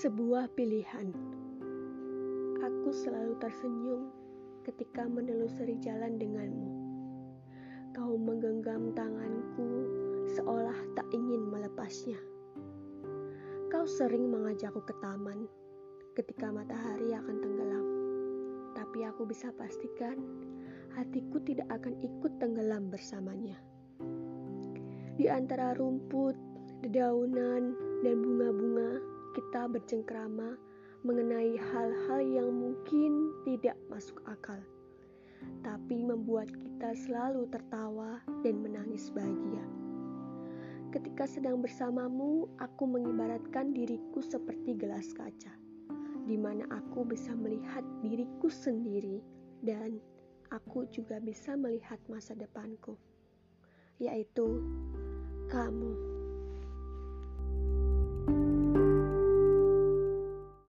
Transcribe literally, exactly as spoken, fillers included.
Sebuah pilihan. Aku selalu tersenyum ketika menelusuri jalan denganmu. Kau menggenggam tanganku seolah tak ingin melepasnya. Kau sering mengajakku ke taman ketika matahari akan tenggelam. Tapi aku bisa pastikan hatiku tidak akan ikut tenggelam bersamanya. Di antara rumput, dedaunan, dan bunga-bunga, kita bercengkrama mengenai hal-hal yang mungkin tidak masuk akal, tapi membuat kita selalu tertawa dan menangis bahagia. Ketika sedang bersamamu, aku mengibaratkan diriku seperti gelas kaca, di mana aku bisa melihat diriku sendiri dan aku juga bisa melihat masa depanku, yaitu kamu.